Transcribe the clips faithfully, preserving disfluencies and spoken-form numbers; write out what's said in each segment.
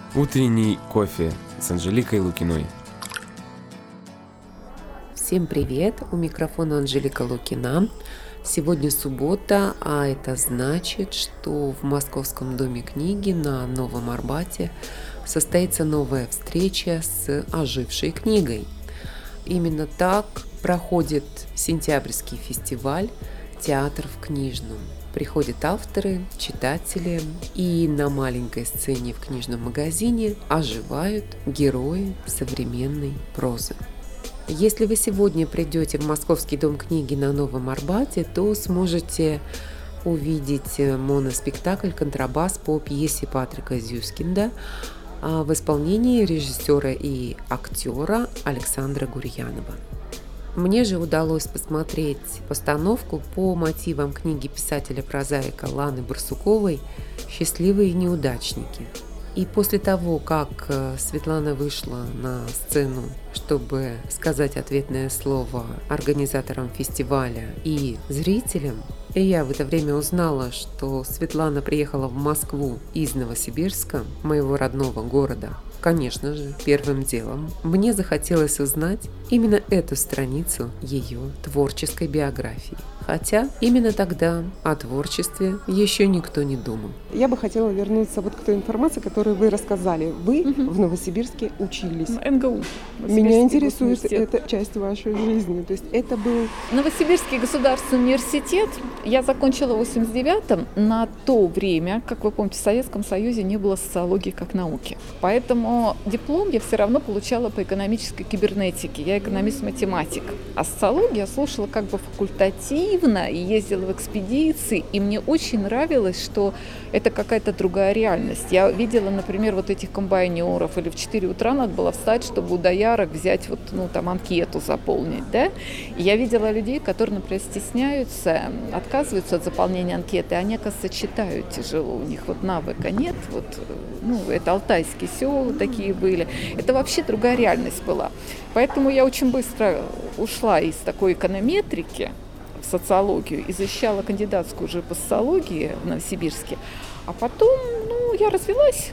Утренний кофе с Анжеликой Лукиной. Всем привет! У микрофона Анжелика Лукина. Сегодня суббота, а это значит, что в Московском доме книги на Новом Арбате состоится новая встреча с ожившей книгой. Именно так проходит сентябрьский фестиваль «Театр в книжном». Приходят авторы, читатели, и на маленькой сцене в книжном магазине оживают герои современной прозы. Если вы сегодня придете в Московский дом книги на Новом Арбате, то сможете увидеть моноспектакль «Контрабас» по пьесе Патрика Зюскинда в исполнении режиссера и актера Александра Гурьянова. Мне же удалось посмотреть постановку по мотивам книги писателя-прозаика Ланы Барсуковой «Счастливые неудачники». И после того, как Светлана вышла на сцену, чтобы сказать ответное слово организаторам фестиваля и зрителям, и я в это время узнала, что Светлана приехала в Москву из Новосибирска, моего родного города, конечно же, первым делом мне захотелось узнать именно эту страницу ее творческой биографии. Хотя именно тогда о творчестве еще никто не думал. Я бы хотела вернуться вот к той информации, которую вы рассказали. Вы угу. в Новосибирске учились. эн гэ у. Меня интересует эта часть вашей жизни. То есть это был... Новосибирский государственный университет. Я закончила в восемьдесят девятом. На то время, как вы помните, в Советском Союзе не было социологии как науки. Поэтому диплом я все равно получала по экономической кибернетике. Я экономист-математик. А социологию я слушала как бы факультативно и ездила в экспедиции. И мне очень нравилось, что это какая-то другая реальность. Я видела, например, вот этих комбайнеров, или в четыре утра надо было встать, чтобы у доярок взять вот, ну, там, анкету заполнить, да? И я видела людей, которые, например, стесняются, отказываются от заполнения анкеты, они, оказывается, читают тяжело, у них вот навыка нет, вот, ну, это алтайские села такие были, это вообще другая реальность была. Поэтому я очень быстро ушла из такой эконометрики в социологию, изучала кандидатскую уже по социологии в Новосибирске, а потом, ну, я развелась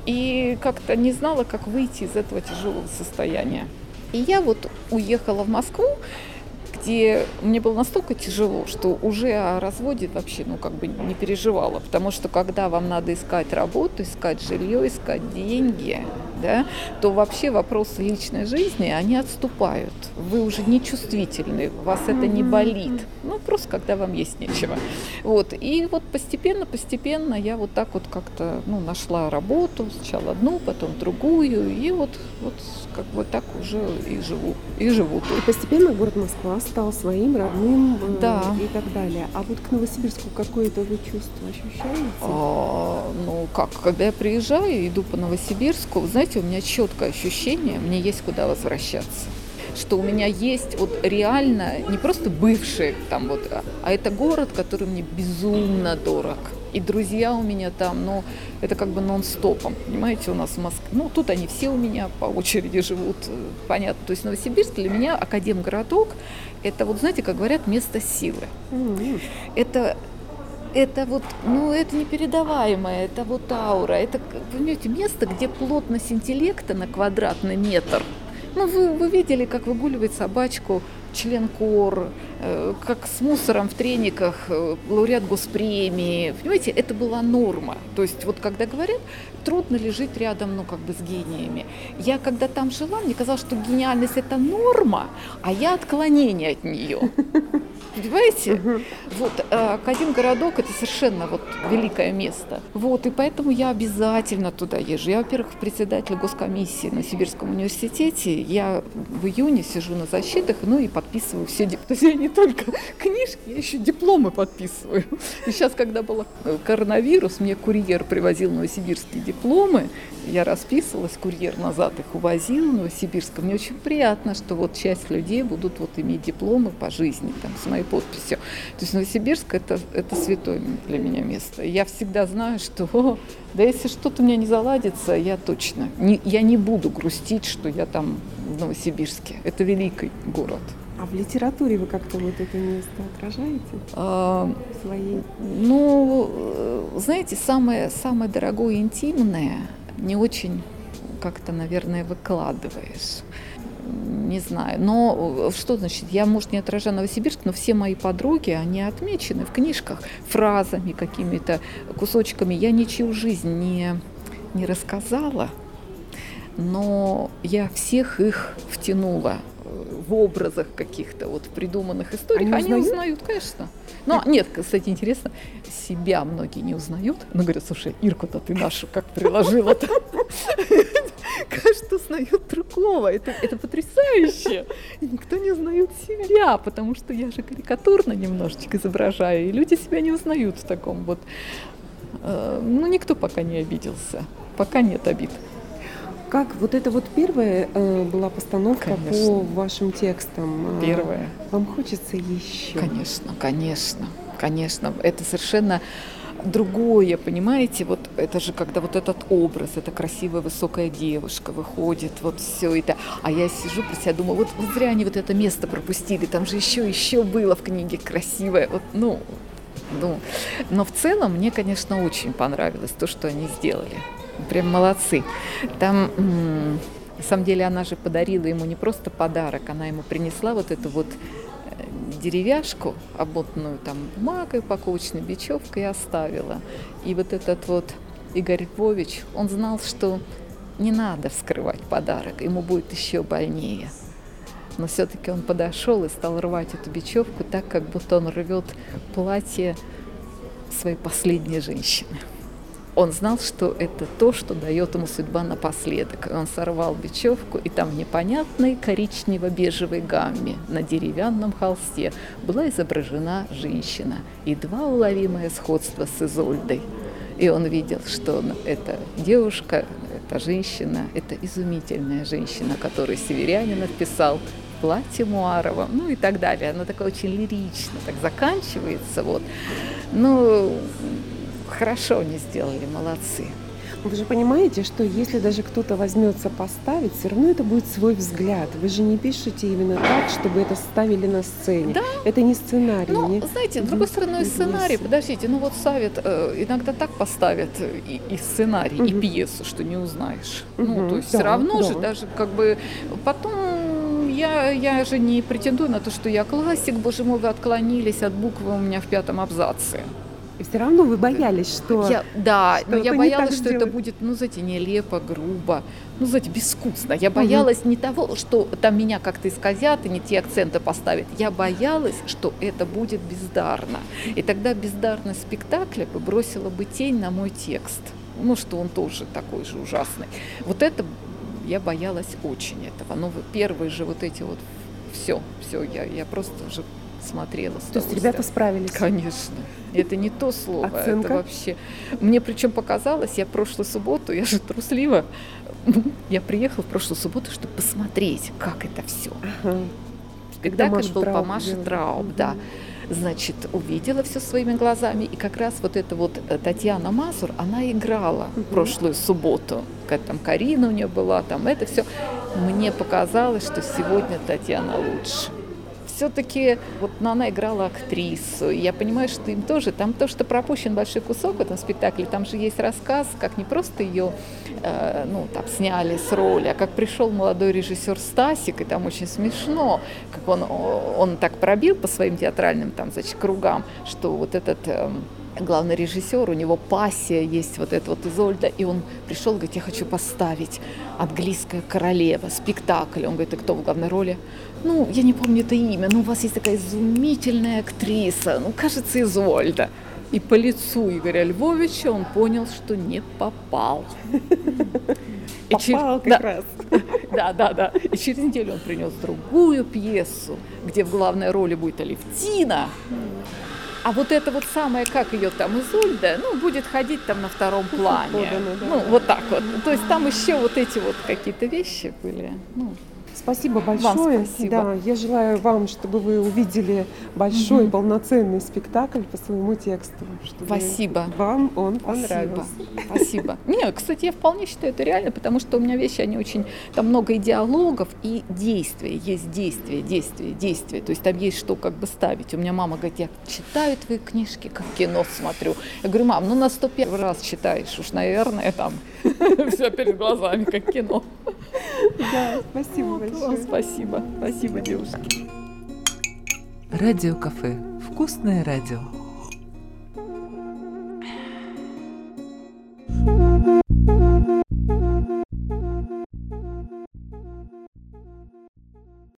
и как-то не знала, как выйти из этого тяжелого состояния. И я вот уехала в Москву, где мне было настолько тяжело, что уже о разводе вообще, ну, как бы не переживала, потому что когда вам надо искать работу, искать жилье, искать деньги, да, то вообще вопросы личной жизни, они отступают. Вы уже не чувствительны, вас это не болит. Ну, просто когда вам есть нечего. Вот. И вот постепенно-постепенно я вот так вот как-то, ну, нашла работу, сначала одну, потом другую, и вот, вот как бы так уже и живу, и живу тут. И постепенно город Москва стал своим родным, да. И так далее. А вот к Новосибирску какое-то вы чувство ощущаете? А, ну как, когда я приезжаю, иду по Новосибирску, вы знаете, у меня четкое ощущение, мне есть куда возвращаться. Что у меня есть вот реально не просто бывший там вот, а это город, который мне безумно дорог. И друзья у меня там, ну, это как бы нон-стопом, понимаете, у нас в Москве. Ну, тут они все у меня по очереди живут, понятно. То есть Новосибирск для меня, академгородок, это вот, знаете, как говорят, место силы. Mm-hmm. Это... Это вот, ну, это непередаваемое, это вот аура, это, понимаете, место, где плотность интеллекта на квадратный метр. Ну, вы, вы видели, как выгуливает собачку член КОР, э, как с мусором в трениках э, лауреат госпремии. Понимаете, это была норма. То есть вот когда говорят, трудно ли жить рядом, ну, как бы с гениями. Я когда там жила, мне казалось, что гениальность – это норма, а я отклонение от нее. Понимаете? Uh-huh. Вот, Академгородок – это совершенно вот великое место. Вот, и поэтому я обязательно туда езжу. Я, во-первых, председатель госкомиссии на Сибирском университете. Я в июне сижу на защитах, ну и подписываю все дипломы. То есть я не только книжки, я еще дипломы подписываю. И сейчас, когда был коронавирус, мне курьер привозил новосибирские дипломы. Я расписывалась, курьер назад их увозил в Новосибирск. Мне очень приятно, что вот часть людей будут вот иметь дипломы по жизни, там, с моей подписью. То есть Новосибирск это, это святое для меня место. Я всегда знаю, что о, да если что-то у меня не заладится, я точно, не, я не буду грустить, что я там в Новосибирске. Это великий город. А в литературе вы как-то вот это место отражаете? А, своей? Ну, знаете, самое, самое дорогое и интимное не очень как-то, наверное, выкладываешь. Не знаю. Но что значит? Я, может, не отражаю Новосибирск, но все мои подруги, они отмечены в книжках фразами, какими-то кусочками. Я ничью жизнь не, не рассказала, но я всех их втянула в образах каких-то вот придуманных историях. Они, они узнают? узнают, конечно. Но нет, кстати, интересно, себя многие не узнают. Но говорят, слушай, Ирку-то ты нашу как приложила-то. Каждый узнает другого. Это, это потрясающе. И никто не узнает себя, потому что я же карикатурно немножечко изображаю, и люди себя не узнают в таком вот. Э, ну, никто пока не обиделся. Пока нет обид. Как вот это вот первая э, была постановка Конечно. по вашим текстам? Первая. Вам хочется еще? Конечно, конечно, конечно. Это совершенно другое, понимаете? Вот это же когда вот этот образ, эта красивая высокая девушка выходит, вот все это. А я сижу про себя, думаю, вот, вот зря они вот это место пропустили, там же еще, еще было в книге красивое. Вот, ну, ну. Но в целом мне, конечно, очень понравилось то, что они сделали. Прям молодцы. Там, м- на самом деле, она же подарила ему не просто подарок, она ему принесла вот эту вот деревяшку, обмотанную там бумагой, упаковочной бечевкой, и оставила. И вот этот вот Игорь Львович, он знал, что не надо вскрывать подарок, ему будет еще больнее. Но все-таки он подошел и стал рвать эту бечевку так, как будто он рвет платье своей последней женщины. Он знал, что это то, что дает ему судьба напоследок. И он сорвал бечевку, и там в непонятной коричнево-бежевой гамме на деревянном холсте была изображена женщина. Едва уловимое сходство с Изольдой. И он видел, что эта девушка, эта женщина, это изумительная женщина, которую северянин написал в платье муаровом, ну и так далее. Она такая очень лирично так заканчивается. Вот. Ну, хорошо они сделали, молодцы. Вы же понимаете, что если даже кто-то возьмется поставить, все равно это будет свой взгляд. Вы же не пишете именно так, чтобы это ставили на сцене. Да. Это не сценарий. Ну, не... знаете, с другой стороны, и сценарий, подождите, ну вот Саввит э, иногда так поставят и, и сценарий, угу. и пьесу, что не узнаешь. Угу. Ну, то есть да, все равно да. же даже как бы потом я, я же не претендую на то, что я классик, боже мой, вы отклонились от буквы у меня в пятом абзаце. И все равно вы боялись, что... Я, да, что но я боялась, что сделать. это будет, ну, знаете, нелепо, грубо, ну, знаете, безвкусно. Я боялась угу. не того, что там меня как-то исказят и не те акценты поставят. Я боялась, что это будет бездарно. И тогда бездарность спектакля бы бросила бы тень на мой текст. Ну, что он тоже такой же ужасный. Вот это я боялась очень этого. Но первые же вот эти вот... Все, все, я, я просто уже... смотрела. То есть ребята справились? Конечно. Это не то слово. Оценка? Это вообще... Мне причем показалось, я прошлую субботу, я же труслива, я приехала в прошлую субботу, чтобы посмотреть, как это все. Ага. Спектакль был по Маше Трауб, да. Значит, увидела все своими глазами, и как раз вот эта вот Татьяна Мазур, она играла uh-huh. прошлую субботу. Там Карина у нее была, там это все. Мне показалось, что сегодня Татьяна лучше. Все-таки вот ну, она играла актрису. Я понимаю, что им тоже, там то, что пропущен большой кусок в этом спектакле, там же есть рассказ, как не просто ее э, ну, там, сняли с роли, а как пришел молодой режиссер Стасик, и там очень смешно, как он, он так пробил по своим театральным там, значит, кругам, что вот этот... Э, главный режиссер, у него пассия есть, вот эта вот Изольда, и он пришел, говорит, я хочу поставить «Английская королева», спектакль. Он говорит, и кто в главной роли? Ну, я не помню это имя, но у вас есть такая изумительная актриса, ну, кажется, Изольда. И по лицу Игоря Львовича он понял, что не попал. Попал как раз. Да, да, да. И через неделю он принес другую пьесу, где в главной роли будет Алевтина. А вот это вот самое, как ее там, Изольда, ну, будет ходить там на втором плане. Подано, да. Ну, вот так вот. То есть там еще вот эти вот какие-то вещи были. Ну, спасибо большое. Вам спасибо. Да, я желаю вам, чтобы вы увидели большой, угу. полноценный спектакль по своему тексту. Спасибо. Вам он понравился. Спасибо. Не, кстати, я вполне считаю это реально, потому что у меня вещи, они очень... Там много и диалогов, и действия. Есть действия, действия, действия. То есть там есть что как бы ставить. У меня мама говорит, я читаю твои книжки, как кино смотрю. Я говорю, мам, ну на сто первый раз читаешь, уж, наверное, там... Все перед глазами, как кино. Да, спасибо большое. Спасибо. Спасибо, девушки. Радиокафе. Вкусное радио.